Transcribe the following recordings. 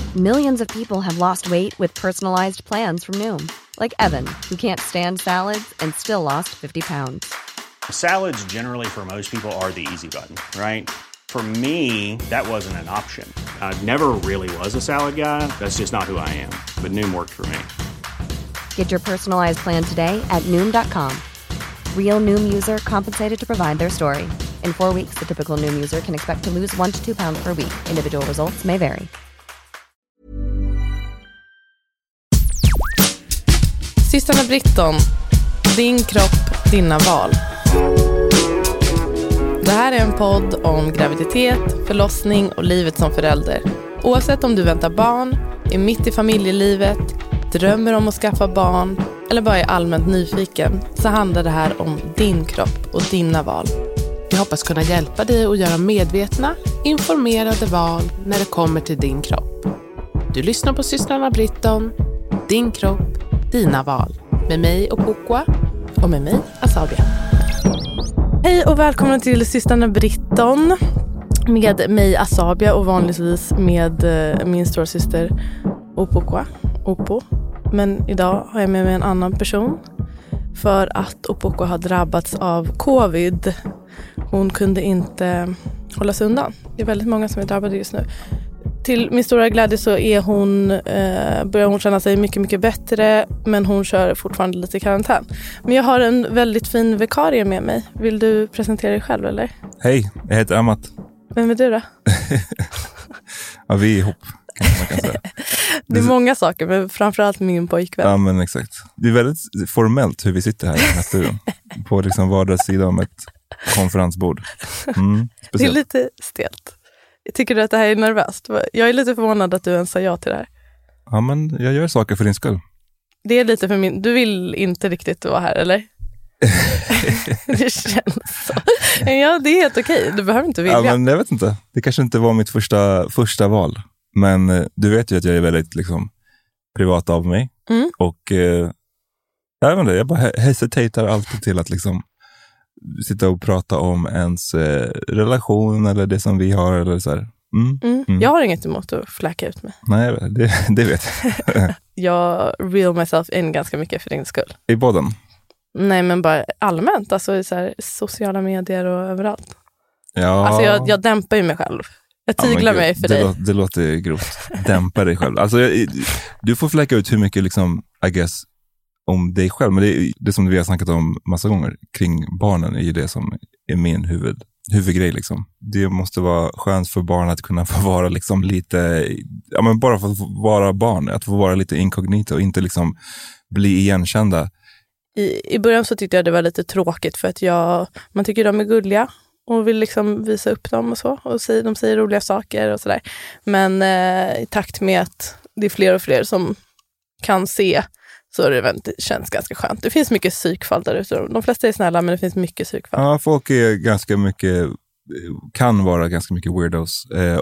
Millions of people have lost weight with personalized plans from Noom. Like Evan, who can't stand salads and still lost 50 pounds. Salads generally for most people are the easy button, right? For me, that wasn't an option. I never really was a salad guy. That's just not who I am. But Noom worked for me. Get your personalized plan today at Noom.com. Real Noom user compensated to provide their story. In 4 weeks, the typical Noom user can expect to lose 1 to 2 pounds per week. Individual results may vary. Systrarna Britton, din kropp, dina val. Det här är en podd om graviditet, förlossning och livet som förälder. Oavsett om du väntar barn, är mitt i familjelivet, drömmer om att skaffa barn eller bara är allmänt nyfiken, så handlar det här om din kropp och dina val. Vi hoppas kunna hjälpa dig att göra medvetna, informerade val när det kommer till din kropp. Du lyssnar på Systrarna Britton, din kropp, dina val. Med mig och Pukwa och med mig Asabia. Hej och välkomna till Systrarna Britton med mig Asabia och vanligtvis med min stora syster Opokwa, Opo. Men idag har jag med mig en annan person för att Opokwa har drabbats av covid. Hon kunde inte hålla sig undan. Det är väldigt många som är drabbade just nu. Till min stora glädje så är börjar hon känna sig mycket, mycket bättre, men hon kör fortfarande lite karantän. Men jag har en väldigt fin vikarie med mig. Vill du presentera dig själv, eller? Hej, jag heter Amat. Vem är du då? Ja, vi är ihop, man kan säga. Det är många saker, men framförallt min pojkvän. Ja, men exakt. Det är väldigt formellt hur vi sitter här i den här studion. På liksom vardagssidan om ett konferensbord. Det är lite stelt. Tycker du att det här är nervöst? Jag är lite förvånad att du ens sa ja till det här. Ja, men jag gör saker för din skull. Det är lite för min... Du vill inte riktigt vara här, eller? Det känns så. Ja, det är helt okej. Du behöver inte vilja. Ja, men jag vet inte. Det kanske inte var mitt första val. Men du vet ju att jag är väldigt liksom privat av mig. Och jag vet inte, jag bara hesitatar alltid till att liksom sitta och prata om ens relation eller det som vi har eller så här. Jag har inget emot att fläcka ut mig. Nej, det vet jag. Jag reel myself in ganska mycket för din skull. I podden? Nej, men bara allmänt. Alltså i så här, sociala medier och överallt. Ja. Alltså jag dämpar ju mig själg. Jag tyglar mig för dig. Det låter grovt. Dämpa dig själv. Alltså du får fläcka ut hur mycket liksom, I guess, om dig själv. Men det som vi har snackat om massa gånger kring barnen är ju det som är min huvudgrej liksom. Det måste vara skönt för barn att kunna få vara liksom lite, ja men bara för att vara barn, att få vara lite inkognito och inte liksom bli igenkända. I början så tyckte jag det var lite tråkigt för att man tycker de är gulliga och vill liksom visa upp dem och så, och de säger roliga saker och sådär. Men i takt med att det är fler och fler som kan se, så det känns ganska skönt. Det finns mycket psykfall där ute. De flesta är snälla, men det finns mycket psykfall. Ja, folk är ganska mycket, kan vara ganska mycket weirdos.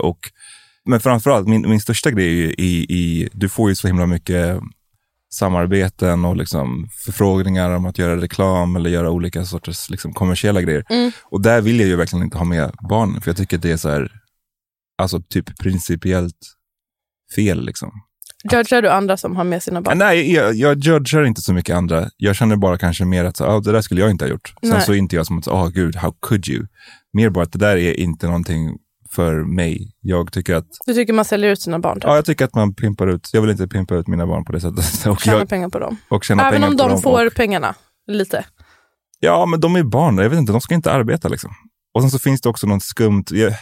Men framförallt, min största grej är ju du får ju så himla mycket samarbeten och liksom förfrågningar om att göra reklam eller göra olika sorters liksom kommersiella grejer. Och där vill jag ju verkligen inte ha med barnen, för jag tycker att det är så här, alltså typ principiellt fel liksom. Judgar du andra som har med sina barn? Nej, jag judgar inte så mycket andra. Jag känner bara kanske mer att det där skulle jag inte ha gjort. Sen så är inte jag som att, gud, how could you? Mer bara att det där är inte någonting för mig. Jag tycker att... Du tycker man säljer ut sina barn? Typ? Ja, jag tycker att man pimpar ut. Jag vill inte pimpa ut mina barn på det sättet. Och tjäna pengar på dem. Även om de får pengarna, lite. Ja, men de är barn. Jag vet inte, de ska inte arbeta liksom. Och sen så finns det också något skumt.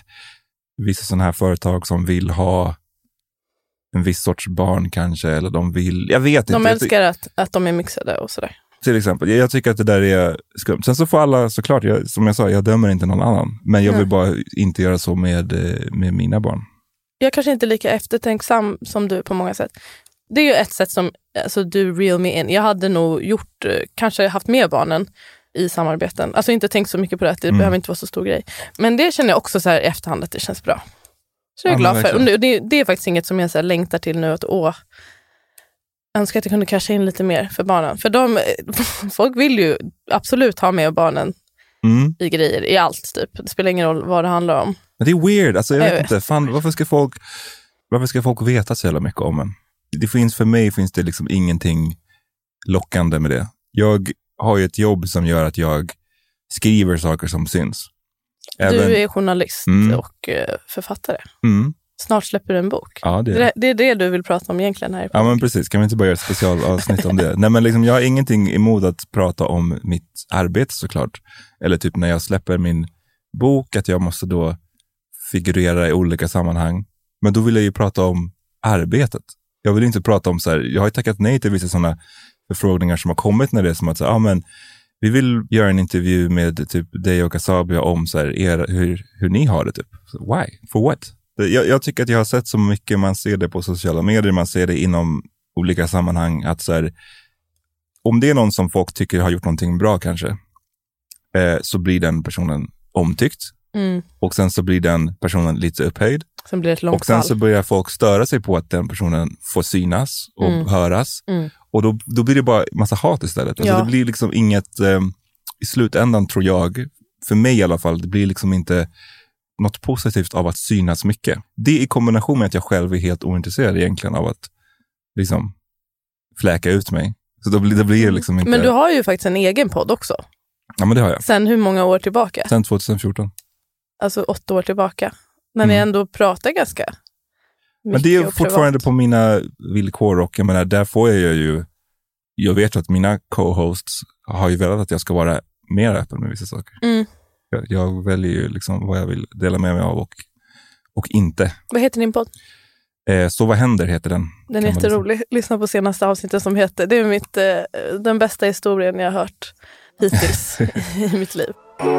Vissa sådana här företag som vill ha en viss sorts barn kanske, eller de vill, jag vet inte. De älskar att de är mixade och sådär. Till exempel, jag tycker att det där är skumt. Sen så får alla, såklart, som jag sa, jag dömer inte någon annan. Men jag vill bara inte göra så med mina barn. Jag kanske inte är lika eftertänksam som du på många sätt. Det är ju ett sätt som alltså, du reel me in. Jag hade nog kanske haft med barnen i samarbeten. Alltså inte tänkt så mycket på det, att det behöver inte vara så stor grej. Men det känner jag också så här i efterhand att det känns bra. Så jag är glad för. Och det är faktiskt inget som jag så här längtar till nu, att önskar att jag kunde casha in lite mer för barnen. För folk vill ju absolut ha med barnen i grejer, i allt typ. Det spelar ingen roll vad det handlar om. Men det är weird, alltså jag vet inte. Fan, varför ska folk... varför ska folk veta så jävla mycket om en? För mig finns det liksom ingenting lockande med det. Jag har ju ett jobb som gör att jag skriver saker som syns. Du är journalist och författare. Snart släpper du en bok. Ja, det är det du vill prata om egentligen här. Ja, men precis. Kan vi inte bara göra ett specialavsnitt om det? Nej, men liksom, jag har ingenting emot att prata om mitt arbete såklart. Eller typ när jag släpper min bok, att jag måste då figurera i olika sammanhang. Men då vill jag ju prata om arbetet. Jag vill inte prata om så här, jag har ju tackat nej till vissa sådana förfrågningar som har kommit när det är som att säga, men vi vill göra en intervju med typ dig och Asabia om så här, hur ni har det typ. Why? For what? Jag tycker att jag har sett så mycket, man ser det på sociala medier, man ser det inom olika sammanhang, att så här, om det är någon som folk tycker har gjort någonting bra kanske, så blir den personen omtyckt. Och sen så blir den personen lite upphöjd. Sen blir det ett långt och sen så börjar folk störa sig på att den personen får synas och höras. Och då blir det bara massa hat istället. Alltså det blir liksom inget, i slutändan tror jag, för mig i alla fall, det blir liksom inte något positivt av att synas mycket. Det i kombination med att jag själv är helt ointresserad egentligen av att liksom fläka ut mig. Så då blir det liksom inte... Men du har ju faktiskt en egen podd också. Ja, men det har jag. Sen hur många år tillbaka? Sen 2014. Alltså 8 år tillbaka. När ni ändå pratar ganska mycket. Men det är fortfarande på mina villkor, och jag menar, där får jag ju... Jag vet att mina co-hosts har ju velat att jag ska vara mer öppen med vissa saker. Jag väljer ju liksom vad jag vill dela med mig av och inte. Vad heter din podd? Så vad händer heter den. Den är jätterolig. Lyssna på senaste avsnittet som heter... Det är den bästa historien jag har hört hittills i mitt liv.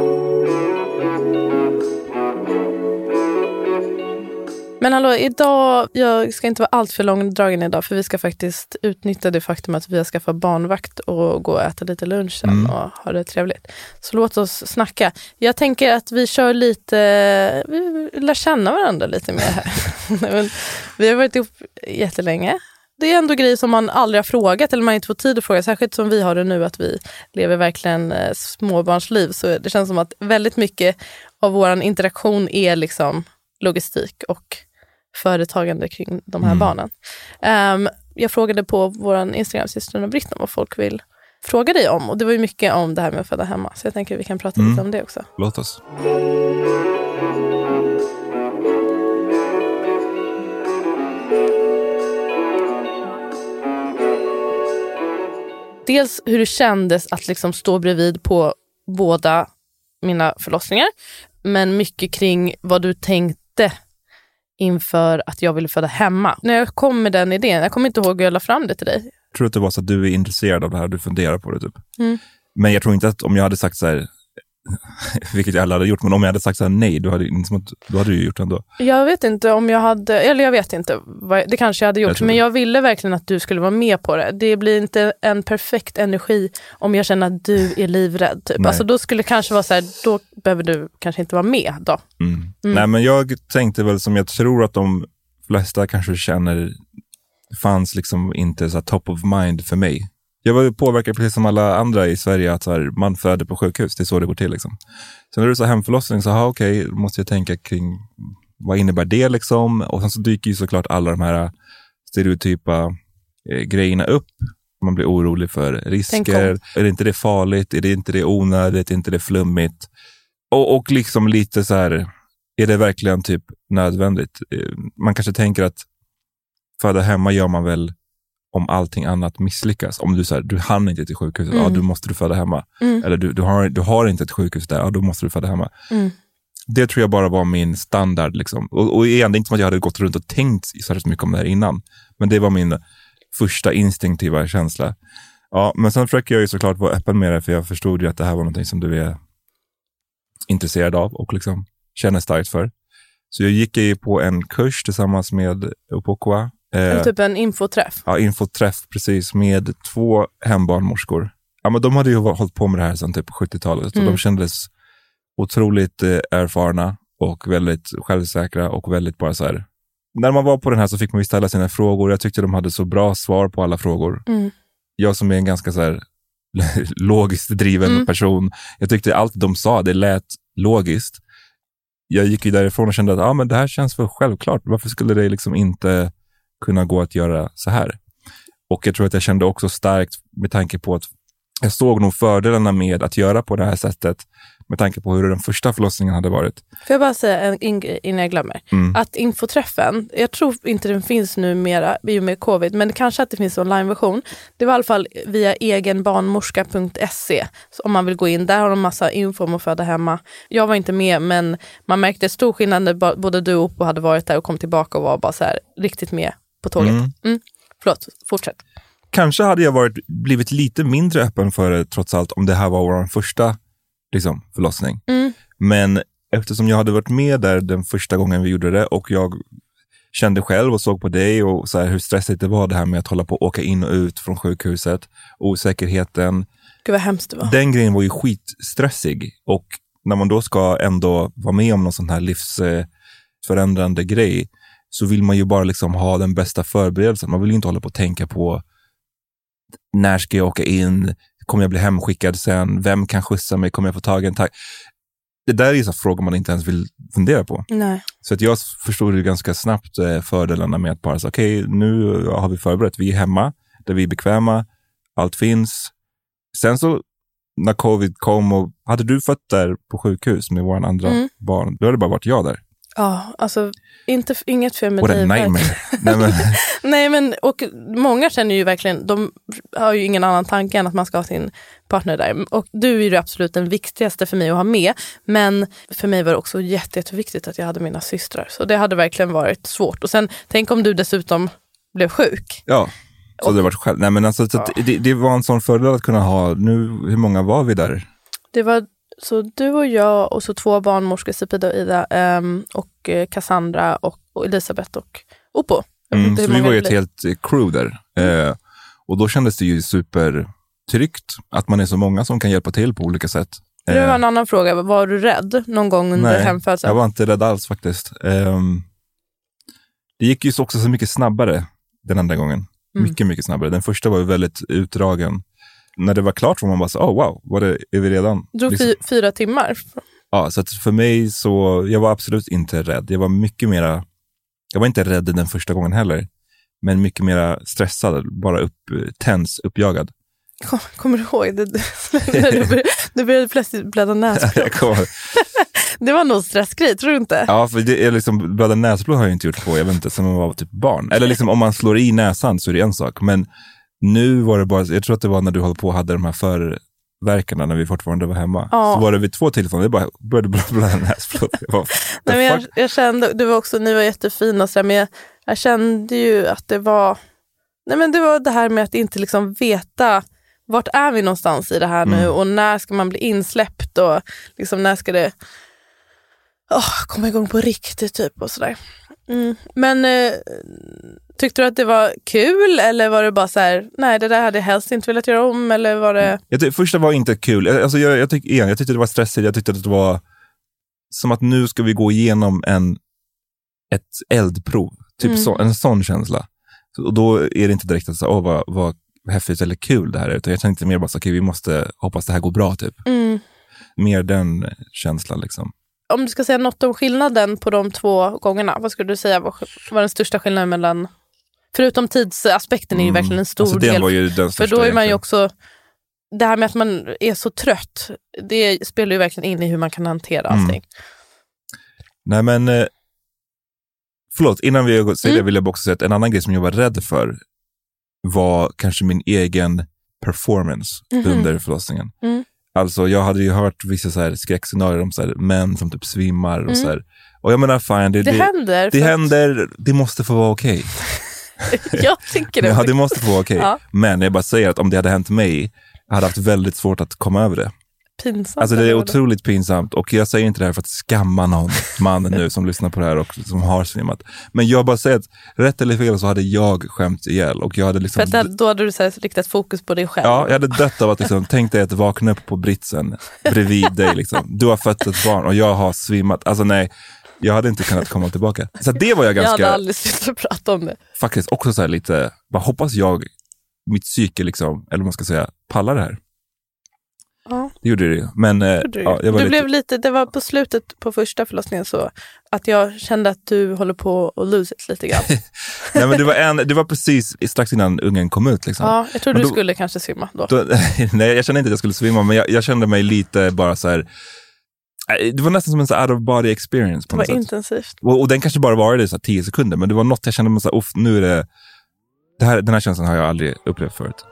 Men hallå, idag, jag ska inte vara allt för långdragen idag, för vi ska faktiskt utnyttja det faktum att vi har skaffat barnvakt och gå och äta lite lunch sen och ha det trevligt. Så låt oss snacka. Jag tänker att vi kör lite, vi lär känna varandra lite mer här. Vi har varit ihop jättelänge. Det är ändå grejer som man aldrig har frågat, eller man inte får tid att fråga, särskilt som vi har det nu, att vi lever verkligen småbarnsliv. Så det känns som att väldigt mycket av vår interaktion är liksom logistik och företagande kring de här barnen. Jag frågade på vår Instagram systrarna Britt om vad folk vill fråga dig om, och det var ju mycket om det här med att föda hemma, så jag tänker att vi kan prata lite om det också. Låt oss. Dels hur det kändes att liksom stå bredvid på båda mina förlossningar, men mycket kring vad du tänkte inför att jag ville föda hemma. När jag kom med den idén, jag kommer inte ihåg hur jag la fram det till dig. Jag tror att det var så att du är intresserad av det här, du funderar på det typ. Men jag tror inte att om jag hade sagt så här, vilket jag aldrig hade gjort, men om jag hade sagt så här nej, då hade du ju gjort det ändå. Jag vet inte om jag hade, eller jag vet inte, det kanske jag hade gjort, men jag ville verkligen att du skulle vara med på det. Det blir inte en perfekt energi om jag känner att du är livrädd typ. Alltså då skulle det kanske vara så här, då behöver du kanske inte vara med då. Nej, men jag tänkte väl, som jag tror att de flesta kanske känner, fanns liksom inte så top of mind för mig. Jag var påverkad precis som alla andra i Sverige att så här, man föder på sjukhus, det är så det går till liksom. Sen när du sa hemförlossning så okej, måste jag tänka kring vad innebär det liksom, och sen så dyker ju såklart alla de här stereotypa grejerna upp. Man blir orolig för risker, är det inte det farligt, är det inte det onödigt, är inte det flummigt, och liksom lite så här, är det verkligen typ nödvändigt? Man kanske tänker att föda hemma gör man väl om allting annat misslyckas. Om du säger du hann inte till sjukhuset, ja då måste du föda hemma. Eller du har inte ett sjukhus där, ja då måste du föda hemma. Det tror jag bara var min standard liksom. Och igen, det är inte som att jag hade gått runt och tänkt så mycket om det här innan. Men det var min första instinktiva känsla. Ja, men sen försöker jag ju såklart vara öppen med det, för jag förstod ju att det här var någonting som du är intresserad av och liksom känner starkt för. Så jag gick ju på en kurs tillsammans med Upokwa. Typ en infoträff. Ja, infoträff precis, med 2 hembarnmorskor. Ja, men de hade ju hållit på med det här sedan typ 70-talet. Och de kändes otroligt erfarna och väldigt självsäkra och väldigt bara så här. När man var på den här så fick man ju ställa sina frågor. Jag tyckte de hade så bra svar på alla frågor. Jag som är en ganska så här logiskt driven person. Jag tyckte allt de sa, det lät logiskt. jag gick ju därifrån och kände att men det här känns för självklart. Varför skulle det liksom inte kunna gå att göra så här? Och jag tror att jag kände också starkt med tanke på att jag såg nog fördelarna med att göra på det här sättet med tanke på hur den första förlossningen hade varit. Får jag bara säga innan jag glömmer? Att infoträffen, jag tror inte den finns nu mera i och med covid, men kanske att det finns onlineversion. Det var i alla fall via egenbarnmorska.se. Så om man vill gå in, där har de massa info om att föda hemma. Jag var inte med, men man märkte stor skillnad när både du och Oppo hade varit där och kom tillbaka och var bara så här riktigt med på tåget. Förlåt, fortsätt. Kanske hade jag blivit lite mindre öppen för det trots allt om det här var vår första liksom, förlossning. Men eftersom jag hade varit med där den första gången vi gjorde det och jag kände själv och såg på dig och så här, hur stressigt det var det här med att hålla på och åka in och ut från sjukhuset, osäkerheten. Gud vad hemskt det var. Den grejen var ju skitstressig och när man då ska ändå vara med om någon sån här livsförändrande grej så vill man ju bara liksom ha den bästa förberedelsen. Man vill ju inte hålla på och tänka på när ska jag åka in, kommer jag bli hemskickad sen, vem kan skjutsa mig, kommer jag få tag i en tag. Det där är så frågor man inte ens vill fundera på. Nej. Så att jag förstod ju ganska snabbt fördelarna med att bara säga okej, nu har vi förberett, vi är hemma, där vi är bekväma, allt finns. Sen så när covid kom och hade du fött där på sjukhus med våran andra barn, då hade det bara varit jag där. Ja, alltså inget fel med What a dig. nightmare. Nej, men och många känner ju verkligen, de har ju ingen annan tanke än att man ska ha sin partner där. Och du är ju absolut den viktigaste för mig att ha med. Men för mig var det också jätteviktigt att jag hade mina systrar. Så det hade verkligen varit svårt. Och sen, tänk om du dessutom blev sjuk. Ja, så det var själv. Nej, men alltså, så det var en sån fördel att kunna ha. Nu, hur många var vi där? Det var så du och jag och så 2 barnmorskor, Sepida och Ida, och Cassandra och Elisabeth och Oppo. Så vi var ju ett helt crew där. Och då kändes det ju supertryggt att man är så många som kan hjälpa till på olika sätt. Det var en annan fråga. Var du rädd någon gång under hemfödseln? Nej, jag var inte rädd alls faktiskt. Det gick ju också så mycket snabbare den andra gången. Mycket, mycket snabbare. Den första var ju väldigt utdragen. När det var klart var man bara så, wow, är vi redan? Det drog 4 timmar. Ja, så att för mig så, jag var absolut inte rädd. Jag var inte rädd den första gången heller. Men mycket mer stressad, bara uppjagad. Kommer du ihåg det? Du började plötsligt blöda näsblod. Det var nog stressgrej, tror du inte? Ja, för det är liksom, blöda näsblod har jag inte gjort på, jag vet inte, sen man var typ barn. Eller liksom om man slår i näsan så är det en sak. Men nu var det bara, jag tror att det var när du höll på och hade de här förverkarna när vi fortfarande var hemma. Ja. Så var det vid 2 tillfällen, det bara började blöda näsblod. Nej, men jag kände, du var också, ni var jättefina och så där, men jag kände ju att det var, nej men det var det här med att inte liksom veta vart är vi någonstans i det här nu och när ska man bli insläppt och liksom när ska det komma igång på riktigt typ och sådär. Men tyckte du att det var kul eller var det bara så här, nej det där hade jag helst inte velat göra om, eller var det? Första var inte kul. Alltså jag tyckte det var stressigt, jag tyckte att det var som att nu ska vi gå igenom ett eldprov. Typ en sån känsla. Och då är det inte direkt att säga, vad häftigt eller kul det här är. Utan jag tänkte mer bara så, okej, vi måste hoppas det här går bra typ. Mer den känslan liksom. Om du ska säga något om skillnaden på de 2 gångerna, vad skulle du säga var den största skillnaden mellan, förutom tidsaspekten är ju verkligen en stor del. Var ju den för då är man ju också, det här med att man är så trött, det spelar ju verkligen in i hur man kan hantera allting. Nej men förlåt, innan vi säger det vill jag också säga att en annan grej som jag var rädd för var kanske min egen performance under förlossningen. Alltså jag hade ju hört vissa så här skräckscenarier om så här män som typ svimmar och så här. Och jag menar fine, det händer, det måste få vara okej. Jag tycker det. Ja, det måste få vara okej. Ja. Men jag bara säger att om det hade hänt mig, jag hade haft väldigt svårt att komma över det. Pinsamt. Alltså det är otroligt pinsamt, och jag säger inte det här för att skamma någon man nu som lyssnar på det här och som har svimmat. Men jag bara säger att rätt eller fel så hade jag skämt ihjäl, och jag hade liksom... För att då hade du så här riktat fokus på dig själv. Ja, jag hade dött av att liksom, tänk dig att vakna upp på britsen bredvid dig liksom. Du har fött ett barn och jag har svimmat. Alltså nej, jag hade inte kunnat komma tillbaka. Så det var jag ganska... Jag hade aldrig slutat prata om det. Faktiskt också så här lite, bara hoppas mitt psyke liksom, eller man ska säga, pallar det här. Ja. Det gjorde det ju. Men det var på slutet på första förlossningen så att jag kände att du håller på att lose it lite grann. Nej, men det var precis strax innan ungen kom ut. Liksom. Ja, jag tror du skulle kanske svimma då. Nej, jag kände inte att jag skulle svimma, men jag kände mig lite bara så här. Det var nästan som en så out of body experience. På det var något intensivt. Sätt. Och den kanske bara var det så 10 sekunder, men det var något jag kände mig så här, nu är det den här känslan har jag aldrig upplevt förut.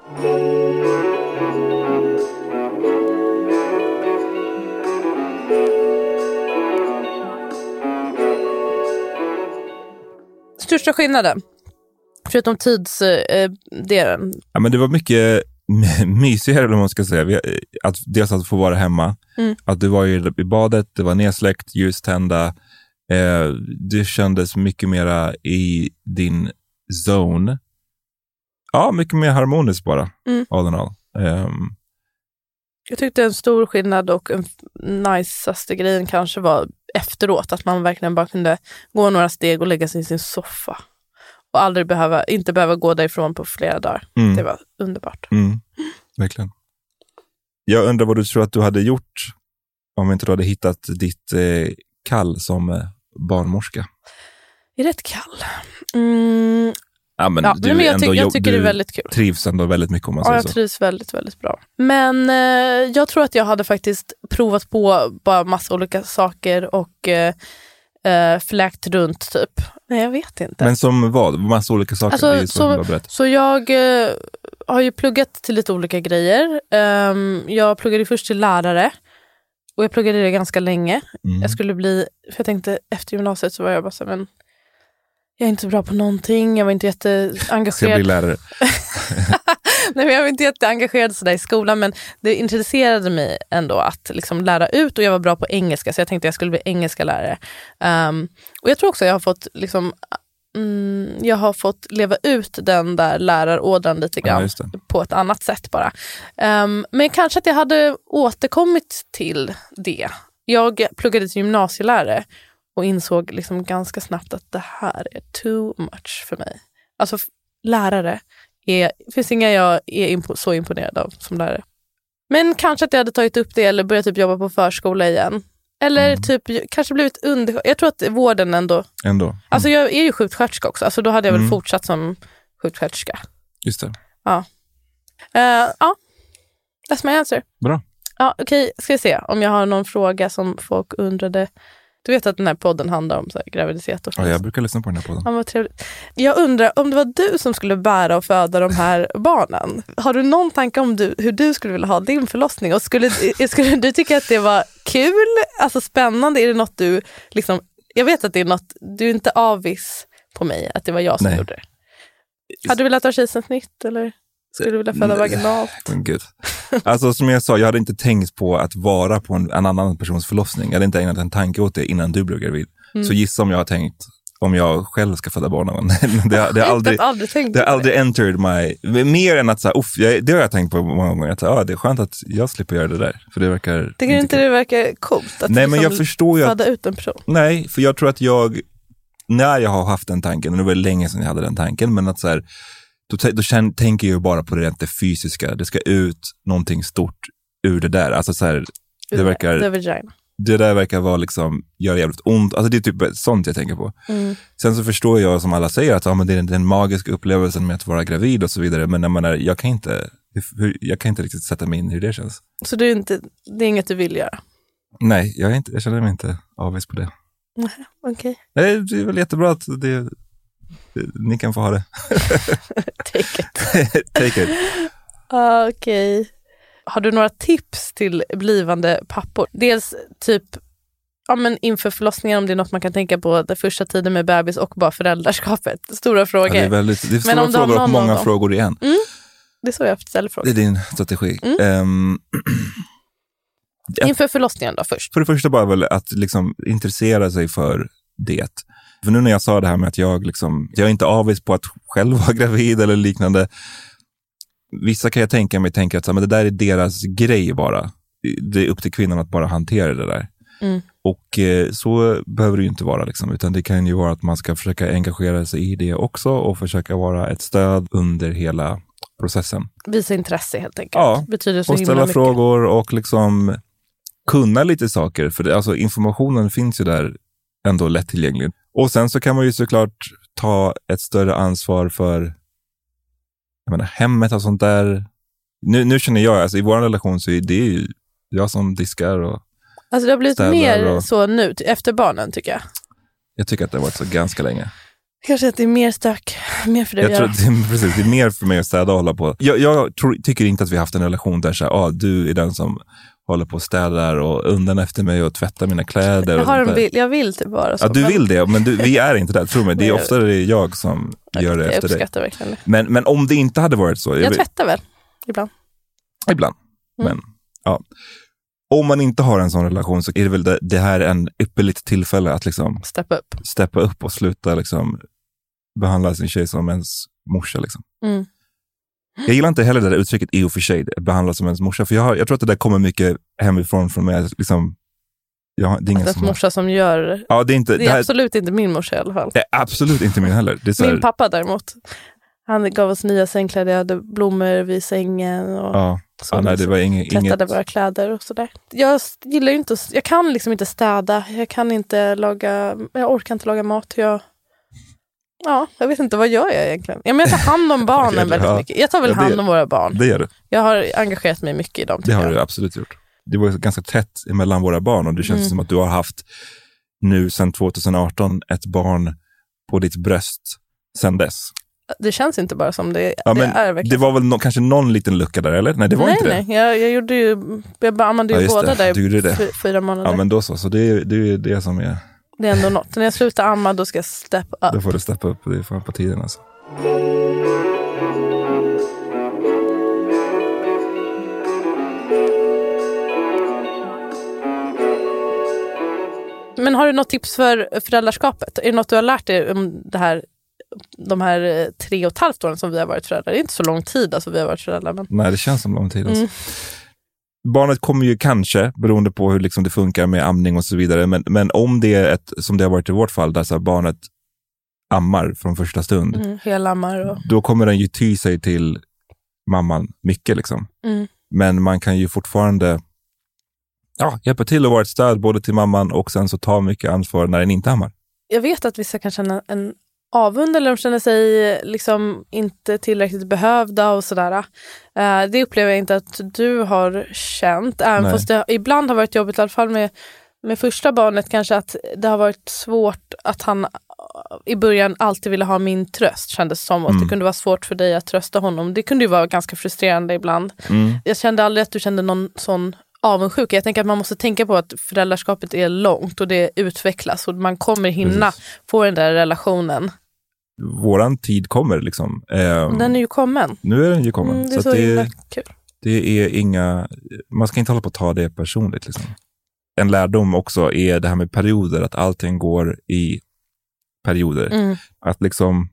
Största skillnaden? Förutom tidsdelen. Ja, men det var mycket mysigare, om man ska säga. Dels att få vara hemma. Att du var i badet, det var nedsläckt, ljus tända. Det kändes mycket mera i din zone. Ja, mycket mer harmoniskt bara. All in all. Jag tyckte en stor skillnad och en najsaste grejen kanske var efteråt. Att man verkligen bara kunde gå några steg och lägga sig i sin soffa. Och aldrig inte behöva gå därifrån på flera dagar. Det var underbart. Verkligen. Jag undrar vad du tror att du hade gjort om inte du hade hittat ditt kall som barnmorska. Är rätt kall? Ja, men jag tycker det är väldigt kul. Trivs ändå väldigt mycket om man säger så. Jag trivs väldigt, väldigt bra. Men jag tror att jag hade faktiskt provat på bara massa olika saker och fläkt runt typ. Nej, jag vet inte. Men som vad? Massa olika saker? Alltså, så jag har ju pluggat till lite olika grejer. Jag pluggade först till lärare. Och jag pluggade det ganska länge. Jag skulle bli, för jag tänkte efter gymnasiet så var jag bara så, men jag är inte bra på någonting. Jag var inte jätteengagerad. Ska jag bli lärare? Nej, men jag var inte jätteengagerad sådär i skolan, men det intresserade mig ändå att liksom lära ut, och jag var bra på engelska så jag tänkte jag skulle bli engelska lärare. Och jag tror också jag har fått liksom jag har fått leva ut den där lärarådran lite grann på ett annat sätt bara. Men kanske att jag hade återkommit till det. Jag pluggade till gymnasielärare och insåg liksom ganska snabbt att det här är too much för mig. Alltså lärare finns inga jag är så imponerad av som lärare. Men kanske att jag hade tagit upp det eller börjat typ jobba på förskola igen. Eller typ kanske blivit jag tror att vården ändå. Alltså jag är ju sjuksköterska också. Alltså då hade jag väl fortsatt som sjuksköterska. Just det. Ja. Ja. That's my answer. Bra. Ja, okej. Ska vi se om jag har någon fråga som folk undrade. Du vet att den här podden handlar om så här, graviditet och ja, jag brukar lyssna på den här podden. Ja, vad trevligt. Jag undrar om det var du som skulle bära och föda de här barnen. Har du någon tanke om hur du skulle vilja ha din förlossning? Och skulle du tycka att det var kul? Alltså spännande? Är det något du liksom... Jag vet att det är något... Du är inte avis på mig att det var jag som gjorde det. Hade du velat ha kejsarsnitt eller skulle du vilja föda vaginalt? Gud. Alltså som jag sa, jag hade inte tänkt på att vara på en annan persons förlossning. Jag hade inte ägnat en tanke åt det innan du blev gravid. Så gissa om jag har tänkt om jag själv ska föda barnen. Det har aldrig entered my... Mer än att så här, det har jag tänkt på många gånger. Att, det är skönt att jag slipper göra det där. För det verkar... Tycker inte det verkar coolt att nej, men jag förstår ju föda ut en person? Nej, för jag tror att när jag har haft den tanken, och det var länge sedan jag hade den tanken, men att så här, då tänker jag ju bara på det fysiska. Det ska ut någonting stort ur det där. Alltså så här, det där verkar vara liksom, göra jävligt ont. Alltså det är typ sånt jag tänker på. Sen så förstår jag som alla säger att men det är den magiska upplevelsen med att vara gravid och så vidare. Men jag kan inte riktigt sätta mig in hur det känns. Så det är inget du vill göra? Nej, jag känner mig inte avvis på det. Okej. Nej, det är väl jättebra att ni kan få ha det. Take it. Okej. Har du några tips till blivande pappor? Dels typ inför förlossningen, om det är något man kan tänka på den första tiden med bebis och bara föräldraskapet. Stora frågor. Ja, det är stora frågor och många frågor igen. Det är så jag ställer frågor. Det är din strategi. Inför förlossningen då först? För det första bara väl att liksom intressera sig för det. För nu när jag sa det här med att jag är inte avvis på att själv vara gravid eller liknande. Vissa kan jag tänka att men det där är deras grej bara. Det är upp till kvinnan att bara hantera det där. Och så behöver det ju inte vara utan det kan ju vara att man ska försöka engagera sig i det också och försöka vara ett stöd under hela processen. Visa intresse helt enkelt. Ja, betyder så och himla ställa mycket. frågor och liksom kunna lite saker. För det, alltså, informationen finns ju där ändå lättillgänglig. Och sen så kan man ju såklart ta ett större ansvar för hemmet och sånt där. Nu känner jag, alltså, i vår relation så är det ju jag som diskar och Alltså det har blivit mer och... så nu, efter barnen tycker jag. Jag tycker att det har varit så ganska länge. Kanske att det är mer stök, mer för det Jag att tror göra. att det är mer för mig att städa och hålla på. Jag tycker inte att vi har haft en relation där så här, du är den som håller på och städar och undan efter mig och tvättar mina kläder. Jag vill typ vara så. Ja, du vill det, men vi är inte där, tror mig. Det är oftare jag som gör det efter dig. Jag uppskattar verkligen det. Men om det inte hade varit så... Jag tvättar väl, ibland. Ibland, men ja. Om man inte har en sån relation så är det väl det här en ypperligt tillfälle att liksom steppa upp och sluta liksom behandla sin tjej som ens morsa liksom. Mm. Jag gillar inte heller det där uttrycket i och för sig, behandla som ens morsa, för jag tror att det där kommer mycket hemifrån från mig liksom, det är ingen att morsa som gör... Ja, det är absolut inte min morsa i alla fall. Det är absolut inte min heller. Det är så min pappa däremot, han gav oss nya sängkläder, jag hade blommor vid sängen och nej, det var tvättade våra kläder och sådär. Jag gillar ju inte, jag kan liksom inte städa, jag orkar inte laga mat, jag vet inte, vad gör jag egentligen? Jag tar hand om barnen väldigt mycket. Jag tar väl hand om våra barn. Det gör du. Jag har engagerat mig mycket i dem. Det har du absolut gjort. Det var ganska tätt mellan våra barn och det känns som att du har haft nu sedan 2018 ett barn på ditt bröst sedan dess. Det känns inte bara som det, ja, det är verkligen. Det var väl kanske någon liten lucka där, eller? Nej, det var inte det. Nej, jag gjorde ju, jag ammade ju båda där 4 månader. Ja, men då så det är det som är... Det är ändå något. När jag slutar amma, då ska jag steppa upp. Då får du steppa upp, det är fan på tiden alltså. Men har du något tips för föräldraskapet? Är det något du har lärt dig om de här 3,5 åren som vi har varit föräldrar? Det är inte så lång tid alltså vi har varit föräldrar. Men... Nej, det känns som lång tid alltså. Barnet kommer ju kanske, beroende på hur liksom det funkar med amning och så vidare, men om det är som det har varit i vårt fall, där så barnet ammar från första stund, helammar då kommer den ju ty sig till mamman mycket liksom. Men man kan ju fortfarande hjälpa till att vara ett stöd både till mamman och sen så ta mycket ansvar när den inte ammar. Jag vet att vissa kan känna en avund eller de känner sig liksom inte tillräckligt behövda och sådär. Det upplever jag inte att du har känt. Även fast det ibland har varit jobbigt, i alla fall med första barnet kanske, att det har varit svårt att han i början alltid ville ha min tröst, kändes som. Och det kunde vara svårt för dig att trösta honom. Det kunde ju vara ganska frustrerande ibland. Jag kände aldrig att du kände någon sån avundsjuka. Jag tänker att man måste tänka på att föräldraskapet är långt och det utvecklas och man kommer hinna få den där relationen. Våran tid kommer liksom. Den är ju kommen. Nu är den ju kommen. Det är så himla kul. Det är man ska inte hålla på att ta det personligt liksom. En lärdom också är det här med perioder, att allting går i perioder. Att liksom,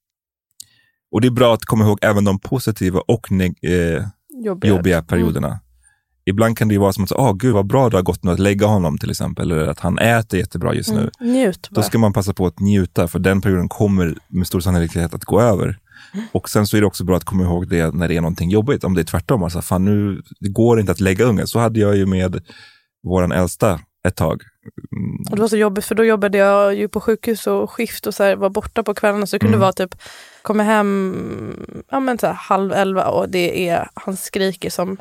och det är bra att komma ihåg även de positiva och jobbiga perioderna. Ibland kan det ju vara som att gud vad bra det har gått nu att lägga honom till exempel, eller att han äter jättebra just nu. Njut bara. Då ska man passa på att njuta, för den perioden kommer med stor sannolikhet att gå över. Och sen så är det också bra att komma ihåg det när det är någonting jobbigt, om det är tvärtom. Alltså, fan nu, det går inte att lägga ungen. Så hade jag ju med våran äldsta ett tag. Och det var så jobbigt, för då jobbade jag ju på sjukhus och skift och så här, var borta på kvällarna, så det kunde vara typ kommer hem så här, 10:30 och det är, han skriker som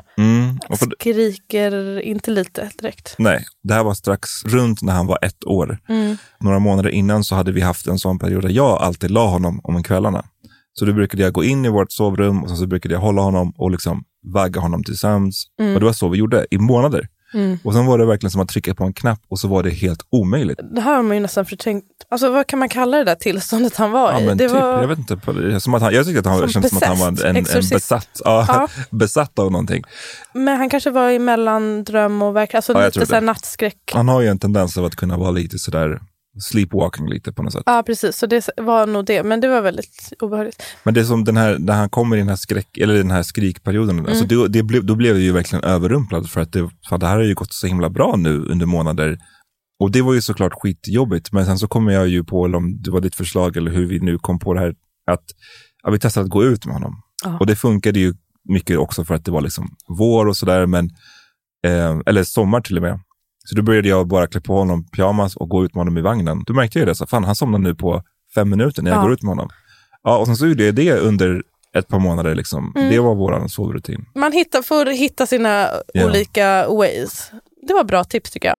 skriker inte lite direkt. Nej, det här var strax runt när han var 1 år. Några månader innan så hade vi haft en sån period där jag alltid la honom om kvällarna. Så då brukade jag gå in i vårt sovrum och så brukade jag hålla honom och liksom vagga honom till sömns. Och det var så vi gjorde i månader. Och sen var det verkligen som att trycka på en knapp och så var det helt omöjligt. Det här har man ju nästan förtänkt. Alltså vad kan man kalla det där tillståndet han var i? Men det typ, var... jag vet inte. Jag tyckte att han kändes som att han var en besatt. Besatt av någonting. Men han kanske var emellan dröm och verklighet. Alltså lite så här nattskräck. Han har ju en tendens av att kunna vara lite sådär sleepwalking lite på något sätt. Ja, precis. Så det var nog det. Men det var väldigt obehagligt. Men det är som när han kommer i den här den här skrikperioden. Alltså då blev jag ju verkligen överrumplad för att det här har ju gått så himla bra nu under månader. Och det var ju såklart skitjobbigt. Men sen så kommer jag ju på, eller om det var ditt förslag eller hur vi nu kom på det här, att vi testade att gå ut med honom. Ja. Och det funkade ju mycket också för att det var liksom vår och sådär, men eller sommar till och med. Så då började jag bara klä på honom pyjamas och gå ut med honom i vagnen. Då märkte jag det, så fan, han somnar nu på 5 minuter när jag går ut med honom. Ja, och sen så gjorde jag det under ett par månader liksom. Det var våran sovrutin. Man får hitta sina olika ways. Det var bra tips tycker jag.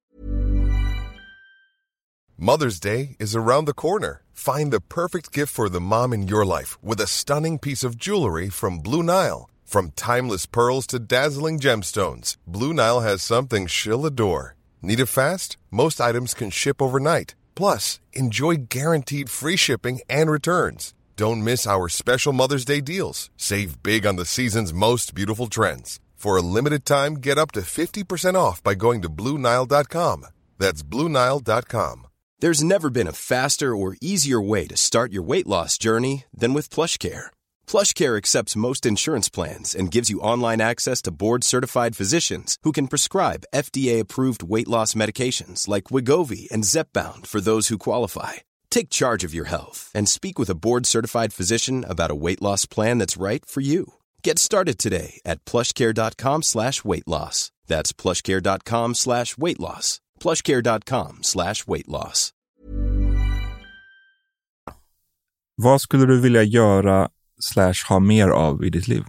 Mother's Day is around the corner. Find the perfect gift for the mom in your life with a stunning piece of jewelry from Blue Nile. From timeless pearls to dazzling gemstones, Blue Nile has something she'll adore. Need it fast? Most items can ship overnight. Plus, enjoy guaranteed free shipping and returns. Don't miss our special Mother's Day deals. Save big on the season's most beautiful trends. For a limited time, get up to 50% off by going to BlueNile.com. That's BlueNile.com. There's never been a faster or easier way to start your weight loss journey than with PlushCare. PlushCare accepts most insurance plans and gives you online access to board-certified physicians who can prescribe FDA-approved weight loss medications like Wegovy and Zepbound for those who qualify. Take charge of your health and speak with a board-certified physician about a weight loss plan that's right for you. Get started today at plushcare.com/weightloss. That's plushcare.com/weightloss. plushcare.com/weightloss. Vad skulle du vilja göra / ha mer av i ditt liv?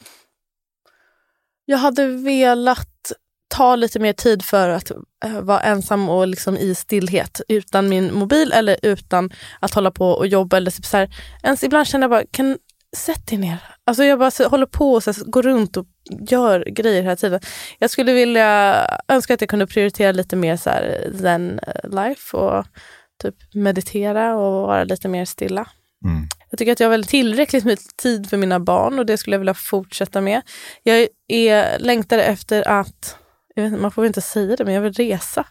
Jag hade velat ta lite mer tid för att vara ensam och liksom i stillhet utan min mobil eller utan att hålla på och jobba eller typ så här. Ibland känner jag bara, sätt dig ner. Alltså jag bara håller på och så här, går runt och gör grejer hela tiden. Jag skulle önska att jag kunde prioritera lite mer så här zen life och typ meditera och vara lite mer stilla. Jag tycker att jag har väldigt tillräckligt med tid för mina barn och det skulle jag vilja fortsätta med. Jag längtar efter att, jag vet inte, man får väl inte säga det, men jag vill resa.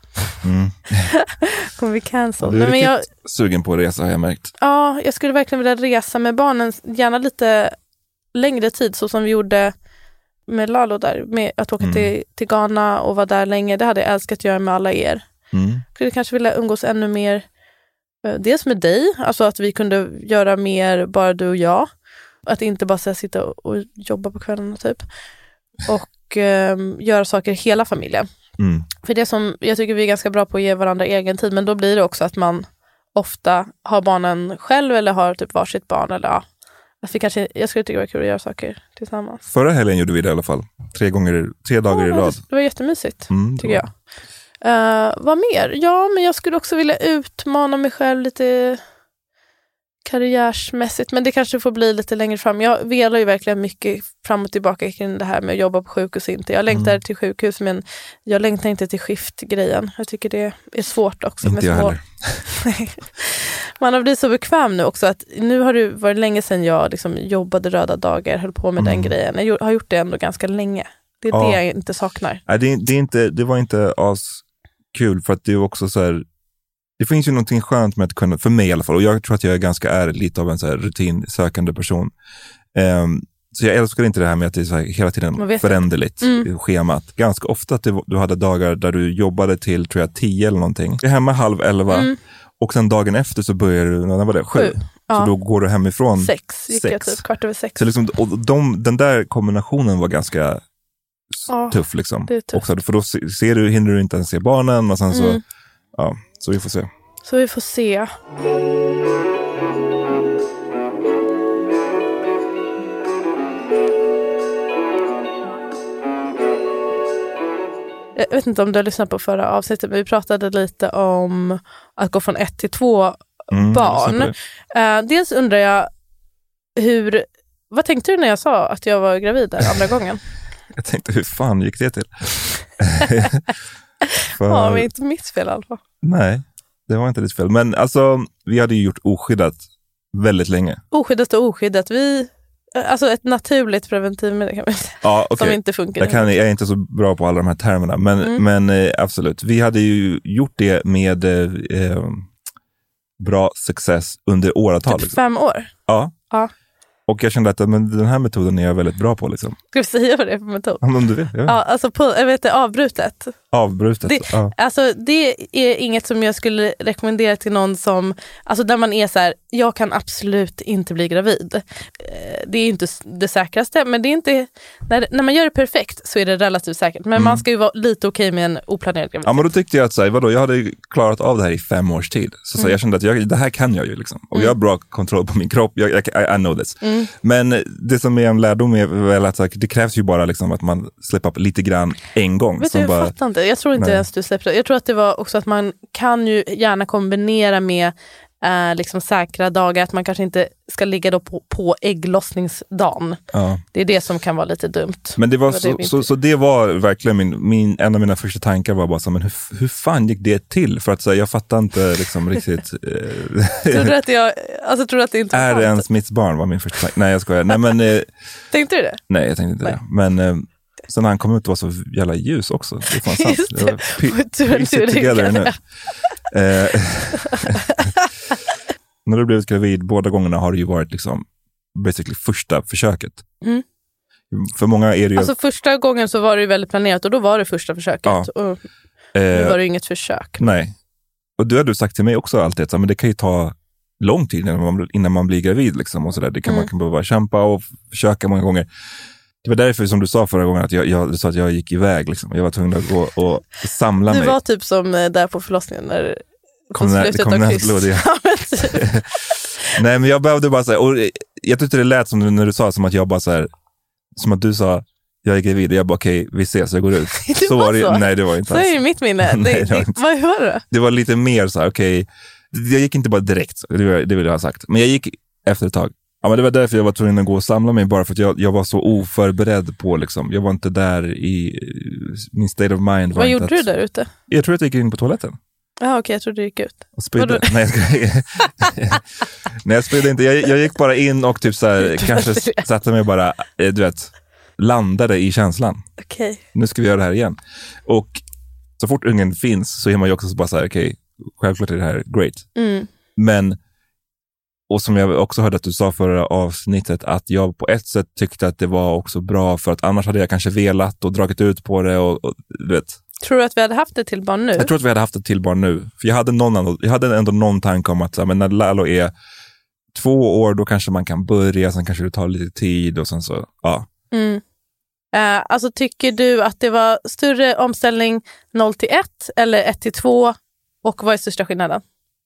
Kommer vi cancel? Du är riktigt sugen på att resa, har jag märkt. Ja, jag skulle verkligen vilja resa med barnen, gärna lite längre tid, så som vi gjorde med Lalo där, med att åka till Ghana och vara där länge. Det hade jag älskat att göra med alla er. Skulle kanske vilja umgås ännu mer, dels med dig, alltså att vi kunde göra mer bara du och jag. Att inte bara sitta och jobba på kvällarna typ. Och göra saker hela familjen. För det som jag tycker vi är ganska bra på att ge varandra egen tid, men då blir det också att man ofta har barnen själv eller har typ varsitt barn eller ja. Att jag skulle tycka det var kul att göra saker tillsammans. Förra helgen gjorde vi det i alla fall. 3 dagar i rad. Det var jättemysigt, tycker jag. Vad mer? Ja, men jag skulle också vilja utmana mig själv lite karriärsmässigt, men det kanske får bli lite längre fram. Jag velar ju verkligen mycket fram och tillbaka kring det här med att jobba på sjukhus inte. Jag längtar till sjukhus, men jag längtar inte till skiftgrejen. Jag tycker det är svårt också. Inte jag heller. Man har blivit så bekväm nu också att nu har det varit länge sedan jag liksom jobbade röda dagar, höll på med den grejen. Jag har gjort det ändå ganska länge. Det är det jag inte saknar. Nej, det var inte kul för att det är också så här. Det finns ju någonting skönt med att kunna, för mig i alla fall, och jag tror att jag är lite av en så här rutinsökande person. Så jag älskar inte det här med att det är så här hela tiden föränderligt i schemat. Ganska ofta att du hade dagar där du jobbade till, tror jag, 10 eller någonting. Jag är hemma 10:30 och sen dagen efter så börjar du, när var det? 7. Så då går du hemifrån 6, gick jag typ 6:15. Så liksom, och den där kombinationen var ganska tuff liksom. Det är tufft. Också, för då hinner du inte ens se barnen och sen så, så vi får se. Jag vet inte om du har lyssnat på förra avsnittet, men vi pratade lite om att gå från 1 till 2 barn. Dels undrar jag vad tänkte du när jag sa att jag var gravid där andra gången? Jag tänkte, hur fan gick det till? Ja, men inte mitt fel i alla fall. Nej, det var inte ditt fel. Men alltså, vi hade ju gjort oskyddat väldigt länge. Oskyddat. Alltså ett naturligt preventivmedel kan man säga. Som inte funkar. Jag är inte så bra på alla de här termerna. Men absolut. Vi hade ju gjort det med bra success under åratal. Typ 5 år? Ja. Och jag kände att den här metoden är jag väldigt bra på. Liksom. Ska vi säga vad det är för metod? Om du vill. Ja. Ja, alltså jag vet det, avbrutet. Avbrutet. Det, alltså, det är inget som jag skulle rekommendera till någon som, alltså där man är så här, jag kan absolut inte bli gravid. Det är inte det säkraste, men det är inte, när man gör det perfekt så är det relativt säkert. Men man ska ju vara lite okej med en oplanerad graviditet. Ja, men då tyckte jag att jag hade klarat av det här i 5 års tid. Så jag kände att det här kan jag ju liksom. Och jag har bra kontroll på min kropp. I know this. Men det som är en lärdom är väl att det krävs ju bara liksom att man släpper upp lite grann en gång. Vet du, jag fattar inte. Jag tror inte ens du släppte det. Jag tror att det var också att man kan ju gärna kombinera med liksom säkra dagar, att man kanske inte ska ligga då på ägglossningsdagen. Ja. Det är det som kan vara lite dumt. Men det var så det var verkligen en av mina första tankar var bara så, men hur fan gick det till? För att jag fattar inte liksom riktigt. Tror du att det inte är det ens mitt barn var min första tanke. Nej, jag skojar. Nej, men tänkte du det? Nej, jag tänkte inte det. Men sen när han kom ut var så jävla ljus också. Det är fan sant. Piece it together nu. När du blivit gravid, båda gångerna har det ju varit liksom basically första försöket. För många är det ju... Alltså första gången så var det ju väldigt planerat och då var det första försöket. Ja. Och nu var det inget försök. Nej. Och du hade sagt till mig också alltid att men det kan ju ta lång tid innan man blir gravid liksom och sådär. Det kan man kan behöva kämpa och försöka många gånger. Det var därför som du sa förra gången att du sa att jag gick iväg liksom. Jag var tvungen att gå och samla mig. Du var typ som där på förlossningen när det kom näsblod. Ja. Nej, men jag behövde bara säga, och jag tyckte det lät som när du sa som att jag bara så här, som att du sa jag är gravid och jag bara okej, vi ses, jag går ut. Så var det så? Nej, det var inte. Så är ju mitt minne. Vad var det? Det var lite mer så här, okej, jag gick inte bara direkt, det vill jag ha sagt. Men jag gick efter ett tag. Ja, men det var därför jag var tvungen att gå och samla mig, bara för att jag var så oförberedd på liksom. Jag var inte där i min state of mind. Vad gjorde du där ute? Jag tror att jag gick in på toaletten. Ja, okej, jag trodde du gick ut. Och spydde. Nej, jag spydde inte. Jag gick bara in och typ så här, kanske satte mig bara, du vet, landade i känslan. Okej. Nu ska vi göra det här igen. Och så fort ungen finns så är man ju också bara så här, okej, självklart är det här great. Men, och som jag också hörde att du sa förra avsnittet, att jag på ett sätt tyckte att det var också bra, för att annars hade jag kanske velat och dragit ut på det och du vet. Tror du att vi hade haft det till barn nu? Jag tror att vi hade haft det till barn nu. För jag hade ändå någon tanke om att men när Lalo är 2 år, då kanske man kan börja, sen kanske det tar lite tid och sen så, ja. Alltså tycker du att det var större omställning 0-1 eller 1-2, och vad är största skillnaden?